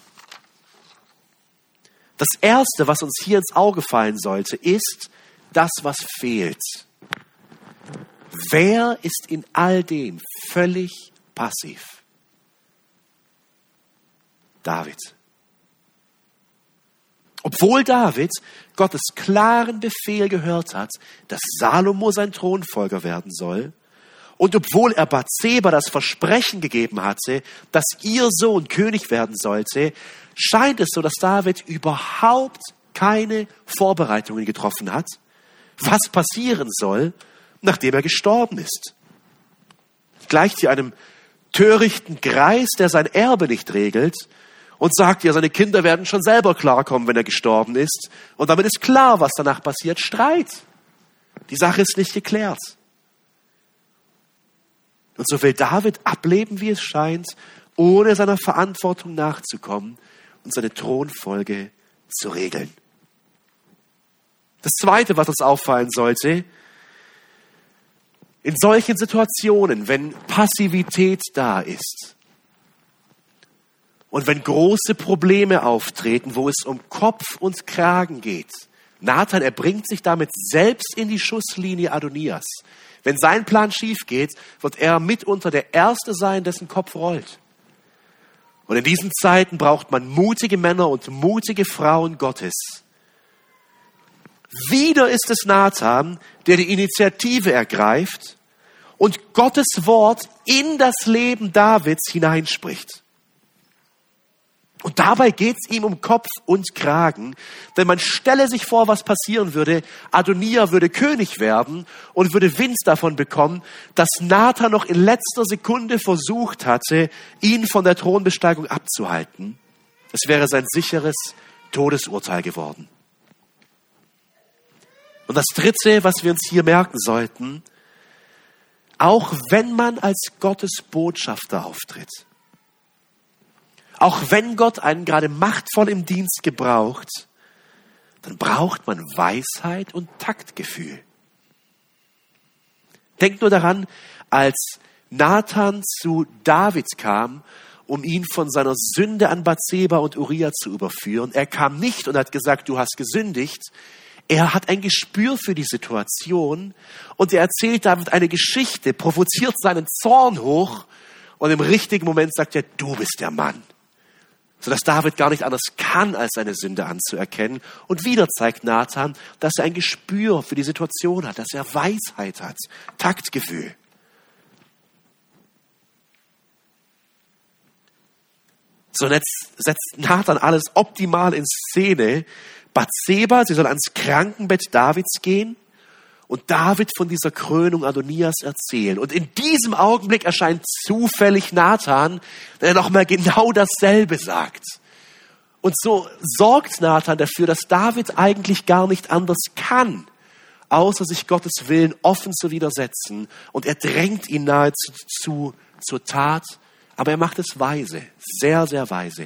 Das Erste, was uns hier ins Auge fallen sollte, ist das, was fehlt. Wer ist in all dem völlig passiv? David. Obwohl David Gottes klaren Befehl gehört hat, dass Salomo sein Thronfolger werden soll, und obwohl er Bathseba das Versprechen gegeben hatte, dass ihr Sohn König werden sollte, scheint es so, dass David überhaupt keine Vorbereitungen getroffen hat, was passieren soll, nachdem er gestorben ist. Gleicht hier einem törichten Greis, der sein Erbe nicht regelt und sagt, ja, seine Kinder werden schon selber klarkommen, wenn er gestorben ist. Und damit ist klar, was danach passiert. Streit. Die Sache ist nicht geklärt. Und so will David ableben, wie es scheint, ohne seiner Verantwortung nachzukommen und seine Thronfolge zu regeln. Das Zweite, was uns auffallen sollte, in solchen Situationen, wenn Passivität da ist und wenn große Probleme auftreten, wo es um Kopf und Kragen geht, Nathan, er bringt sich damit selbst in die Schusslinie Adonias. Wenn sein Plan schief geht, wird er mitunter der Erste sein, dessen Kopf rollt. Und in diesen Zeiten braucht man mutige Männer und mutige Frauen Gottes. Wieder ist es Nathan, der die Initiative ergreift und Gottes Wort in das Leben Davids hineinspricht. Und dabei geht es ihm um Kopf und Kragen, denn man stelle sich vor, was passieren würde. Adonia würde König werden und würde Wind davon bekommen, dass Nathan noch in letzter Sekunde versucht hatte, ihn von der Thronbesteigung abzuhalten. Es wäre sein sicheres Todesurteil geworden. Und das Dritte, was wir uns hier merken sollten, auch wenn man als Gottes Botschafter auftritt, auch wenn Gott einen gerade machtvoll im Dienst gebraucht, dann braucht man Weisheit und Taktgefühl. Denkt nur daran, als Nathan zu David kam, um ihn von seiner Sünde an Bathseba und Uria zu überführen. Er kam nicht und hat gesagt, du hast gesündigt. Er hat ein Gespür für die Situation und er erzählt David eine Geschichte, provoziert seinen Zorn hoch und im richtigen Moment sagt er, du bist der Mann. Sodass David gar nicht anders kann, als seine Sünde anzuerkennen. Und wieder zeigt Nathan, dass er ein Gespür für die Situation hat, dass er Weisheit hat, Taktgefühl. So, und jetzt setzt Nathan alles optimal in Szene. Bathseba, sie soll ans Krankenbett Davids gehen und David von dieser Krönung Adonias erzählen. Und in diesem Augenblick erscheint zufällig Nathan, der nochmal genau dasselbe sagt. Und so sorgt Nathan dafür, dass David eigentlich gar nicht anders kann, außer sich Gottes Willen offen zu widersetzen. Und er drängt ihn nahezu zur Tat, aber er macht es weise, sehr, sehr weise.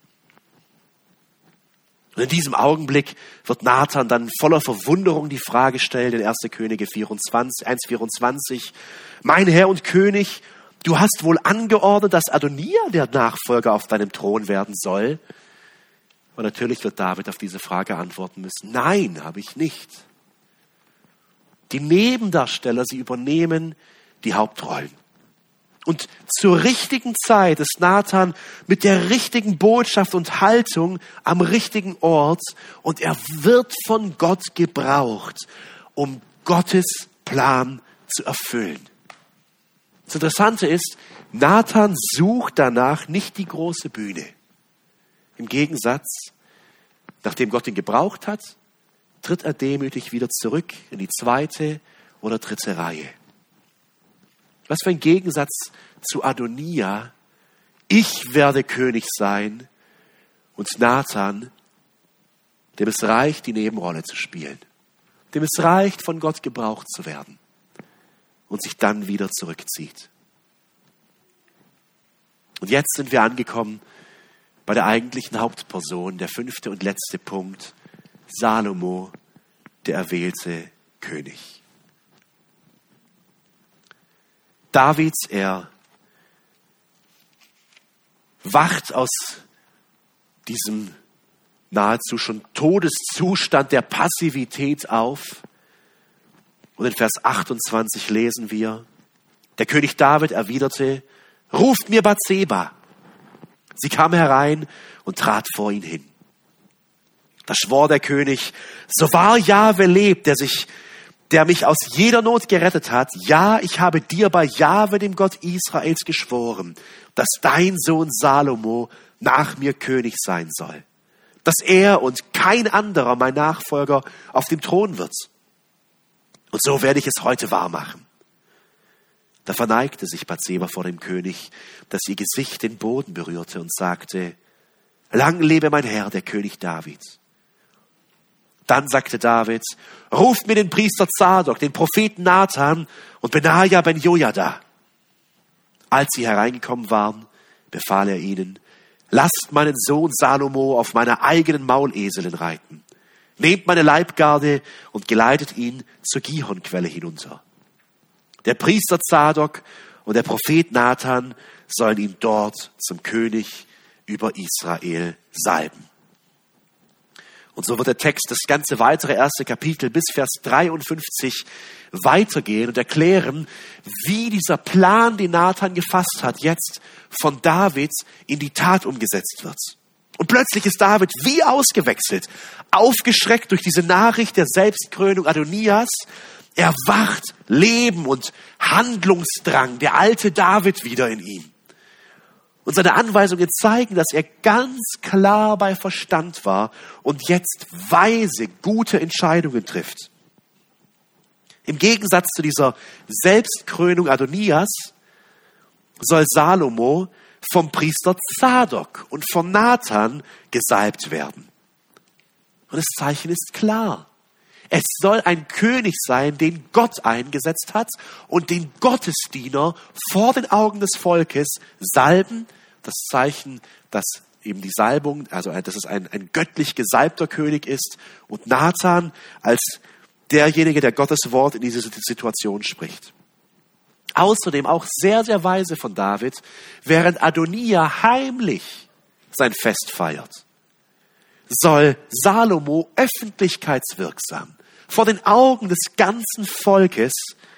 Und in diesem Augenblick wird Nathan dann voller Verwunderung die Frage stellen in 1. Könige 1,24. Mein Herr und König, du hast wohl angeordnet, dass Adonia der Nachfolger auf deinem Thron werden soll? Und natürlich wird David auf diese Frage antworten müssen. Nein, habe ich nicht. Die Nebendarsteller, sie übernehmen die Hauptrollen. Und zur richtigen Zeit ist Nathan mit der richtigen Botschaft und Haltung am richtigen Ort und er wird von Gott gebraucht, um Gottes Plan zu erfüllen. Das Interessante ist, Nathan sucht danach nicht die große Bühne. Im Gegensatz, nachdem Gott ihn gebraucht hat, tritt er demütig wieder zurück in die 2. oder 3. Reihe. Was für ein Gegensatz zu Adonia. Ich werde König sein und Nathan, dem es reicht, die Nebenrolle zu spielen. Dem es reicht, von Gott gebraucht zu werden und sich dann wieder zurückzieht. Und jetzt sind wir angekommen bei der eigentlichen Hauptperson, der 5. und letzte Punkt, Salomo, der erwählte König. David, er wacht aus diesem nahezu schon Todeszustand der Passivität auf. Und in Vers 28 lesen wir, der König David erwiderte, ruft mir Bathseba. Sie kam herein und trat vor ihn hin. Da schwor der König, so wahr Jahwe lebt, der mich aus jeder Not gerettet hat. Ja, ich habe dir bei Jahwe, dem Gott Israels, geschworen, dass dein Sohn Salomo nach mir König sein soll. Dass er und kein anderer mein Nachfolger auf dem Thron wird. Und so werde ich es heute wahrmachen. Da verneigte sich Bathseba vor dem König, dass ihr Gesicht den Boden berührte und sagte, lang lebe mein Herr, der König David. Dann sagte David, ruft mir den Priester Zadok, den Propheten Nathan und Benaja ben Jojada. Als sie hereingekommen waren, befahl er ihnen, lasst meinen Sohn Salomo auf meiner eigenen Mauleselin reiten. Nehmt meine Leibgarde und geleitet ihn zur Gihonquelle hinunter. Der Priester Zadok und der Prophet Nathan sollen ihn dort zum König über Israel salben. Und so wird der Text, das ganze weitere erste Kapitel bis Vers 53 weitergehen und erklären, wie dieser Plan, den Nathan gefasst hat, jetzt von David in die Tat umgesetzt wird. Und plötzlich ist David wie ausgewechselt, aufgeschreckt durch diese Nachricht der Selbstkrönung Adonias. Erwacht Leben und Handlungsdrang, der alte David wieder in ihm. Und seine Anweisungen zeigen, dass er ganz klar bei Verstand war und jetzt weise, gute Entscheidungen trifft. Im Gegensatz zu dieser Selbstkrönung Adonias soll Salomo vom Priester Zadok und von Nathan gesalbt werden. Und das Zeichen ist klar. Es soll ein König sein, den Gott eingesetzt hat und den Gottesdiener vor den Augen des Volkes salben. Das Zeichen, dass eben die Salbung, also dass es ein göttlich gesalbter König ist und Nathan als derjenige, der Gottes Wort in diese Situation spricht. Außerdem auch sehr, sehr weise von David, während Adonia heimlich sein Fest feiert, soll Salomo öffentlichkeitswirksam vor den Augen des ganzen Volkes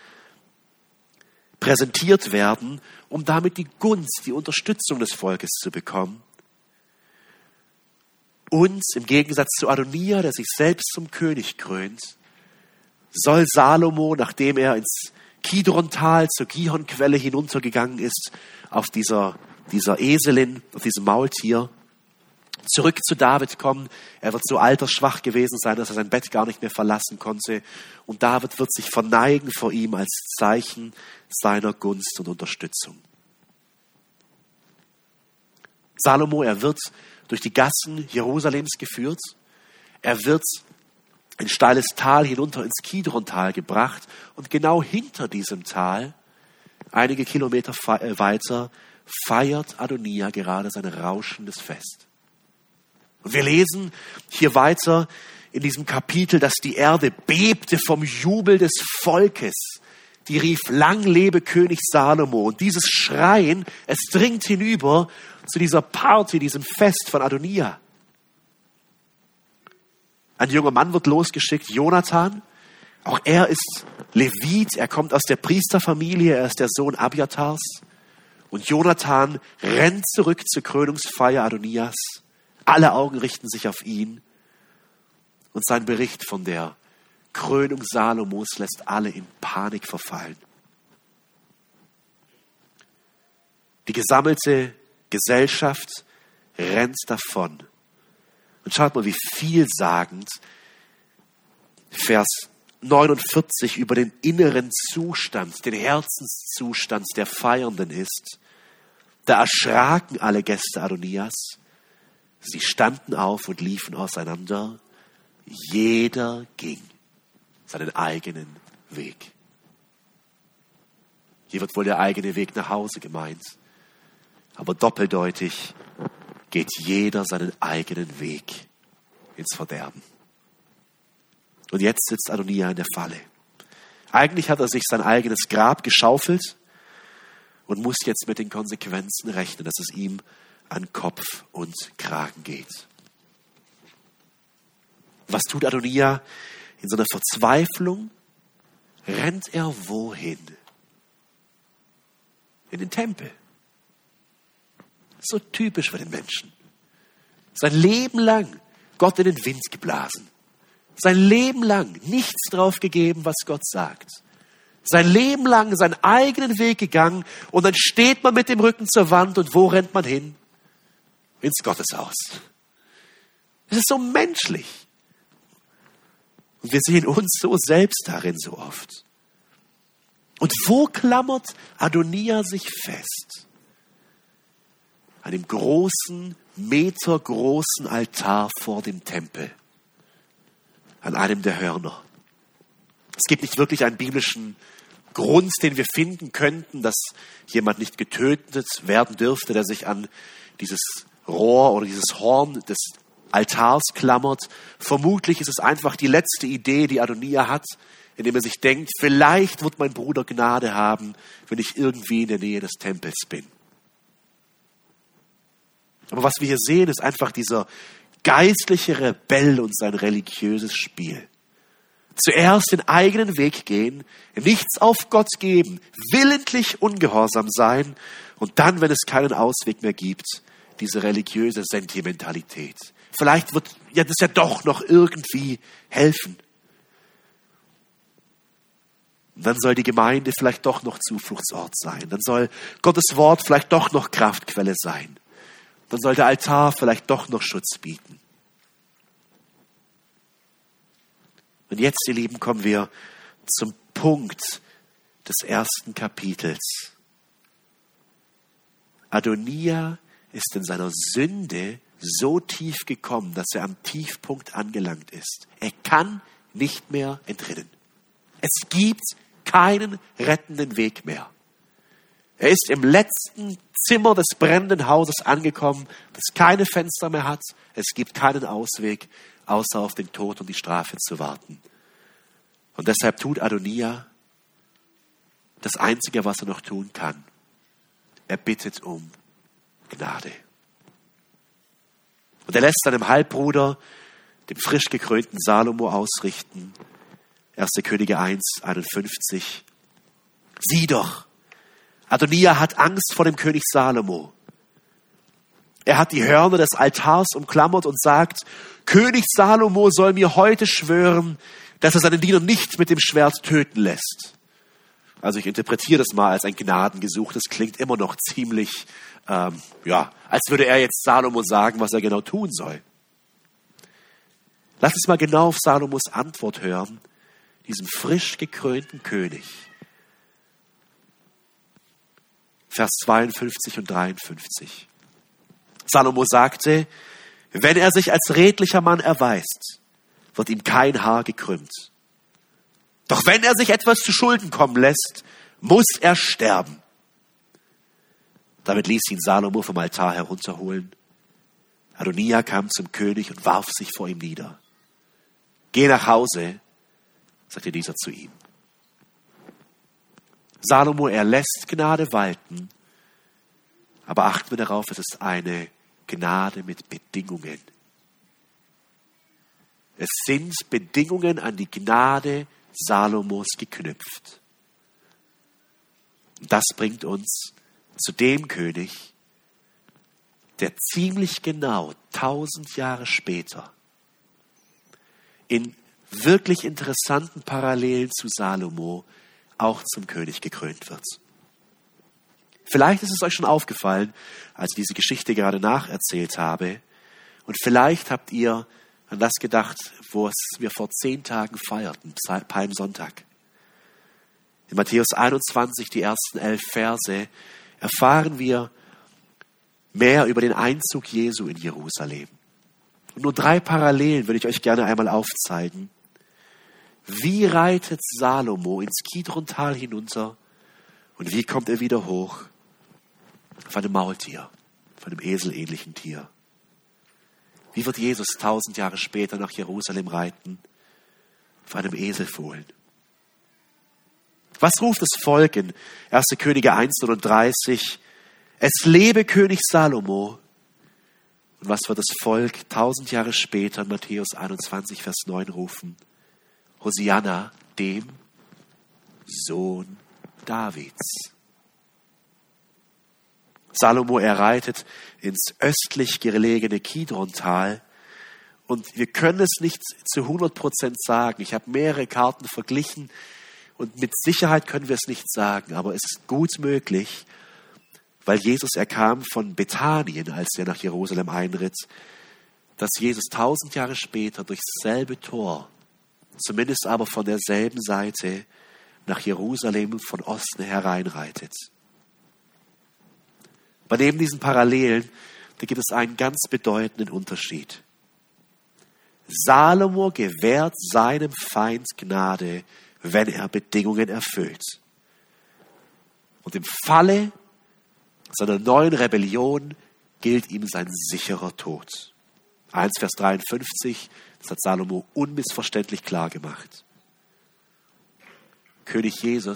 präsentiert werden, um damit die Gunst, die Unterstützung des Volkes zu bekommen. Und im Gegensatz zu Adonia, der sich selbst zum König krönt, soll Salomo, nachdem er ins Kidron-Tal zur Gihon-Quelle hinuntergegangen ist, auf dieser Eselin, auf diesem Maultier, zurück zu David kommen. Er wird so altersschwach gewesen sein, dass er sein Bett gar nicht mehr verlassen konnte. Und David wird sich verneigen vor ihm als Zeichen seiner Gunst und Unterstützung. Salomo, er wird durch die Gassen Jerusalems geführt. Er wird ein steiles Tal hinunter ins Kidron-Tal gebracht. Und genau hinter diesem Tal, einige Kilometer weiter, feiert Adonia gerade sein rauschendes Fest. Und wir lesen hier weiter in diesem Kapitel, dass die Erde bebte vom Jubel des Volkes. Die rief, lang lebe König Salomo. Und dieses Schreien, es dringt hinüber zu dieser Party, diesem Fest von Adonia. Ein junger Mann wird losgeschickt, Jonathan. Auch er ist Levit, er kommt aus der Priesterfamilie, er ist der Sohn Abiatars. Und Jonathan rennt zurück zur Krönungsfeier Adonias. Alle Augen richten sich auf ihn. Und sein Bericht von der Krönung Salomos lässt alle in Panik verfallen. Die gesammelte Gesellschaft rennt davon. Und schaut mal, wie vielsagend Vers 49 über den inneren Zustand, den Herzenszustand der Feiernden ist. Da erschraken alle Gäste Adonias. Sie standen auf und liefen auseinander. Jeder ging seinen eigenen Weg. Hier wird wohl der eigene Weg nach Hause gemeint. Aber doppeldeutig geht jeder seinen eigenen Weg ins Verderben. Und jetzt sitzt Adonia in der Falle. Eigentlich hat er sich sein eigenes Grab geschaufelt und muss jetzt mit den Konsequenzen rechnen, dass es ihm an Kopf und Kragen geht. Was tut Adonia in seiner Verzweiflung? Rennt er wohin? In den Tempel. So typisch für den Menschen. Sein Leben lang Gott in den Wind geblasen. Sein Leben lang nichts drauf gegeben, was Gott sagt. Sein Leben lang seinen eigenen Weg gegangen und dann steht man mit dem Rücken zur Wand und wo rennt man hin? Ins Gotteshaus. Es ist so menschlich. Und wir sehen uns so selbst darin so oft. Und wo klammert Adonia sich fest? An dem großen, metergroßen Altar vor dem Tempel. An einem der Hörner. Es gibt nicht wirklich einen biblischen Grund, den wir finden könnten, dass jemand nicht getötet werden dürfte, der sich an dieses Rohr oder dieses Horn des Altars klammert. Vermutlich ist es einfach die letzte Idee, die Adonia hat, indem er sich denkt, vielleicht wird mein Bruder Gnade haben, wenn ich irgendwie in der Nähe des Tempels bin. Aber was wir hier sehen, ist einfach dieser geistliche Rebell und sein religiöses Spiel. Zuerst den eigenen Weg gehen, nichts auf Gott geben, willentlich ungehorsam sein und dann, wenn es keinen Ausweg mehr gibt, diese religiöse Sentimentalität. Vielleicht wird das ja doch noch irgendwie helfen. Und dann soll die Gemeinde vielleicht doch noch Zufluchtsort sein. Dann soll Gottes Wort vielleicht doch noch Kraftquelle sein. Dann soll der Altar vielleicht doch noch Schutz bieten. Und jetzt, ihr Lieben, kommen wir zum Punkt des ersten Kapitels. Adonia ist in seiner Sünde so tief gekommen, dass er am Tiefpunkt angelangt ist. Er kann nicht mehr entrinnen. Es gibt keinen rettenden Weg mehr. Er ist im letzten Zimmer des brennenden Hauses angekommen, das keine Fenster mehr hat. Es gibt keinen Ausweg, außer auf den Tod und die Strafe zu warten. Und deshalb tut Adonia das Einzige, was er noch tun kann. Er bittet um Gnade. Und er lässt seinem Halbbruder, dem frisch gekrönten Salomo, ausrichten, 1. Könige 1, 51. Sieh doch, Adonia hat Angst vor dem König Salomo. Er hat die Hörner des Altars umklammert und sagt, König Salomo soll mir heute schwören, dass er seinen Diener nicht mit dem Schwert töten lässt. Also ich interpretiere das mal als ein Gnadengesuch. Das klingt immer noch ziemlich, als würde er jetzt Salomo sagen, was er genau tun soll. Lass uns mal genau auf Salomos Antwort hören, diesem frisch gekrönten König. Vers 52 und 53. Salomo sagte, wenn er sich als redlicher Mann erweist, wird ihm kein Haar gekrümmt. Doch wenn er sich etwas zu Schulden kommen lässt, muss er sterben. Damit ließ ihn Salomo vom Altar herunterholen. Adonia kam zum König und warf sich vor ihm nieder. Geh nach Hause, sagte dieser zu ihm. Salomo erlässt Gnade walten, aber achten wir darauf, es ist eine Gnade mit Bedingungen. Es sind Bedingungen an die Gnade Salomos geknüpft. Und das bringt uns zu dem König, der ziemlich genau 1000 Jahre später in wirklich interessanten Parallelen zu Salomo auch zum König gekrönt wird. Vielleicht ist es euch schon aufgefallen, als ich diese Geschichte gerade nacherzählt habe, und vielleicht habt ihr an das gedacht, wo wir vor 10 Tagen feierten, Palmsonntag. In Matthäus 21, die ersten 11 Verse, erfahren wir mehr über den Einzug Jesu in Jerusalem. Und nur 3 Parallelen würde ich euch gerne einmal aufzeigen. Wie reitet Salomo ins Kidrontal hinunter und wie kommt er wieder hoch? Auf einem Maultier, auf einem eselähnlichen Tier. Wie wird Jesus 1000 Jahre später nach Jerusalem reiten? Auf einem Eselfohlen. Was ruft das Volk in 1. Könige 1,39? Es lebe König Salomo. Und was wird das Volk 1000 Jahre später in Matthäus 21, Vers 9 rufen? Hosianna, dem Sohn Davids. Salomo, er reitet ins östlich gelegene Kidrontal. Und wir können es nicht zu 100% sagen. Ich habe mehrere Karten verglichen und mit Sicherheit können wir es nicht sagen. Aber es ist gut möglich, weil Jesus, er kam von Bethanien, als er nach Jerusalem einritt, dass Jesus 1000 Jahre später durchs selbe Tor, zumindest aber von derselben Seite, nach Jerusalem von Osten hereinreitet. Bei neben diesen Parallelen, da gibt es einen ganz bedeutenden Unterschied. Salomo gewährt seinem Feind Gnade, wenn er Bedingungen erfüllt. Und im Falle seiner neuen Rebellion gilt ihm sein sicherer Tod. 1 Vers 53, das hat Salomo unmissverständlich klar gemacht. König Jesus,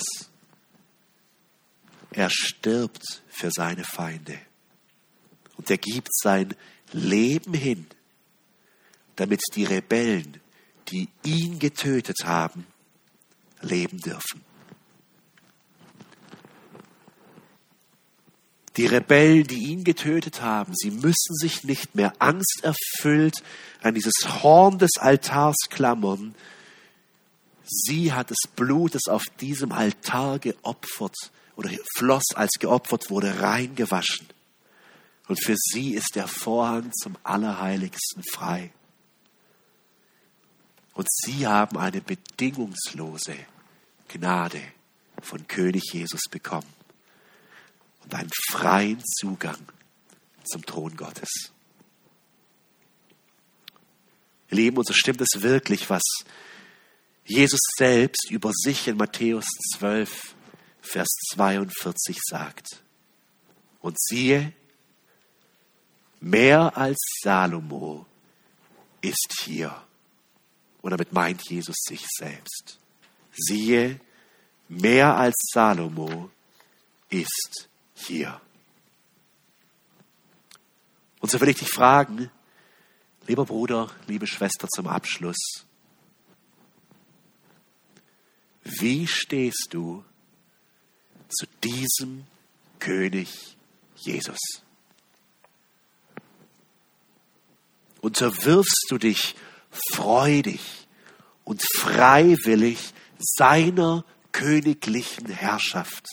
er stirbt für seine Feinde. Und er gibt sein Leben hin, damit die Rebellen, die ihn getötet haben, leben dürfen. Die Rebellen, die ihn getötet haben, sie müssen sich nicht mehr angsterfüllt an dieses Horn des Altars klammern. Sie hat das Blut, das auf diesem Altar geopfert oder floss, als geopfert wurde, reingewaschen. Und für sie ist der Vorhang zum Allerheiligsten frei. Und sie haben eine bedingungslose Gnade von König Jesus bekommen und einen freien Zugang zum Thron Gottes. Ihr Lieben, und so stimmt es wirklich, was Jesus selbst über sich in Matthäus 12, Vers 42 sagt. Und siehe, mehr als Salomo ist hier. Und damit meint Jesus sich selbst. Siehe, mehr als Salomo ist hier. Und so will ich dich fragen, lieber Bruder, liebe Schwester, zum Abschluss. Wie stehst du zu diesem König Jesus? Unterwirfst du dich freudig und freiwillig seiner königlichen Herrschaft?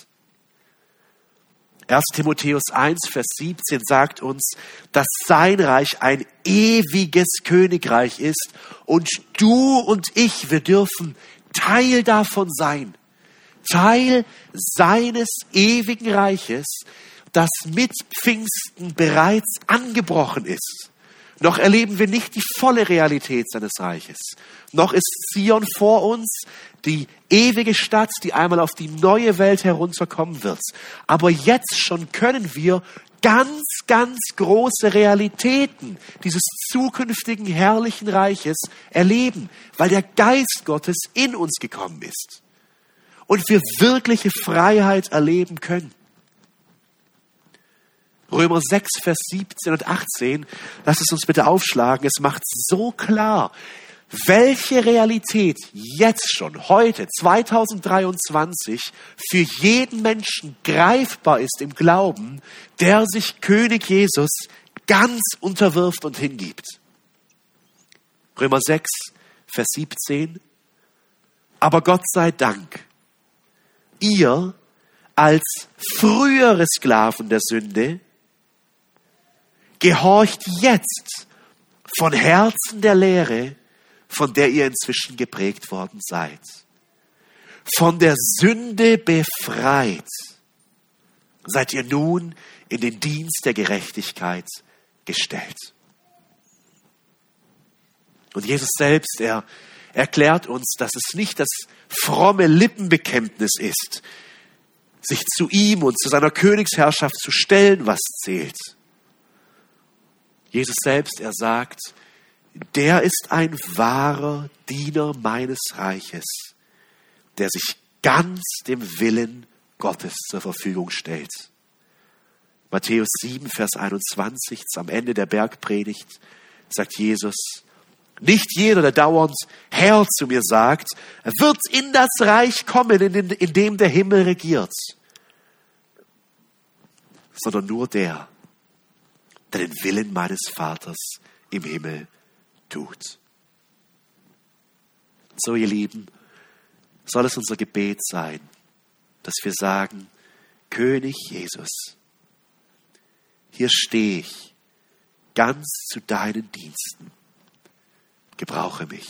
1. Timotheus 1, Vers 17 sagt uns, dass sein Reich ein ewiges Königreich ist und du und ich, wir dürfen Teil davon sein. Teil seines ewigen Reiches, das mit Pfingsten bereits angebrochen ist. Noch erleben wir nicht die volle Realität seines Reiches. Noch ist Zion vor uns, die ewige Stadt, die einmal auf die neue Welt herunterkommen wird. Aber jetzt schon können wir ganz, ganz große Realitäten dieses zukünftigen herrlichen Reiches erleben, weil der Geist Gottes in uns gekommen ist und wir wirkliche Freiheit erleben können. Römer 6, Vers 17 und 18, lasst es uns bitte aufschlagen, es macht so klar, welche Realität jetzt schon, heute, 2023, für jeden Menschen greifbar ist im Glauben, der sich König Jesus ganz unterwirft und hingibt. Römer 6, Vers 17. Aber Gott sei Dank, ihr als frühere Sklaven der Sünde, gehorcht jetzt von Herzen der Lehre, von der ihr inzwischen geprägt worden seid. Von der Sünde befreit, seid ihr nun in den Dienst der Gerechtigkeit gestellt. Und Jesus selbst, er erklärt uns, dass es nicht das fromme Lippenbekenntnis ist, sich zu ihm und zu seiner Königsherrschaft zu stellen, was zählt. Jesus selbst, er sagt, der ist ein wahrer Diener meines Reiches, der sich ganz dem Willen Gottes zur Verfügung stellt. Matthäus 7, Vers 21, am Ende der Bergpredigt, sagt Jesus, nicht jeder, der dauernd Herr zu mir sagt, wird in das Reich kommen, in dem der Himmel regiert, sondern nur der den Willen meines Vaters im Himmel tut. So, ihr Lieben, soll es unser Gebet sein, dass wir sagen, König Jesus, hier stehe ich ganz zu deinen Diensten. Gebrauche mich.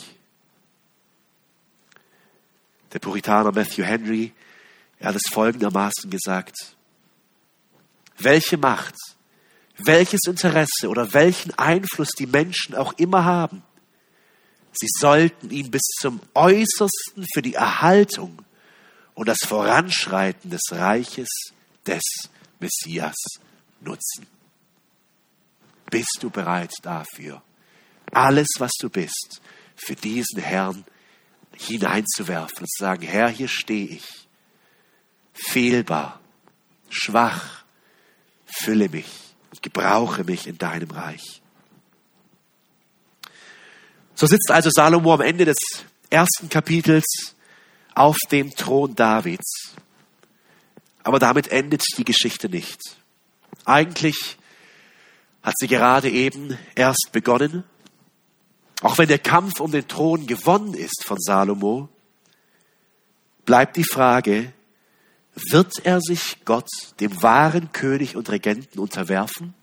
Der Puritaner Matthew Henry, er hat es folgendermaßen gesagt: Welche Macht, welches Interesse oder welchen Einfluss die Menschen auch immer haben, sie sollten ihn bis zum Äußersten für die Erhaltung und das Voranschreiten des Reiches des Messias nutzen. bist du bereit dafür, alles, was du bist, für diesen Herrn hineinzuwerfen und zu sagen, Herr, hier stehe ich, fehlbar, schwach, fülle mich und gebrauche mich in deinem Reich. So sitzt also Salomo am Ende des ersten Kapitels auf dem Thron Davids. Aber damit endet die Geschichte nicht. Eigentlich hat sie gerade eben erst begonnen. Auch wenn der Kampf um den Thron gewonnen ist von Salomo, bleibt die Frage, wird er sich Gott, dem wahren König und Regenten, unterwerfen?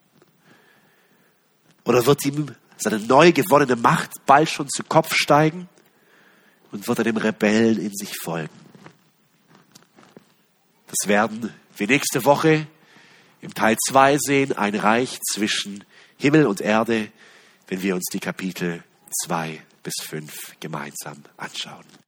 Oder wird ihm seine neu gewonnene Macht bald schon zu Kopf steigen und wird er dem Rebellen in sich folgen? Das werden wir nächste Woche im Teil 2 sehen, ein Reich zwischen Himmel und Erde, wenn wir uns die Kapitel 2 bis 5 gemeinsam anschauen.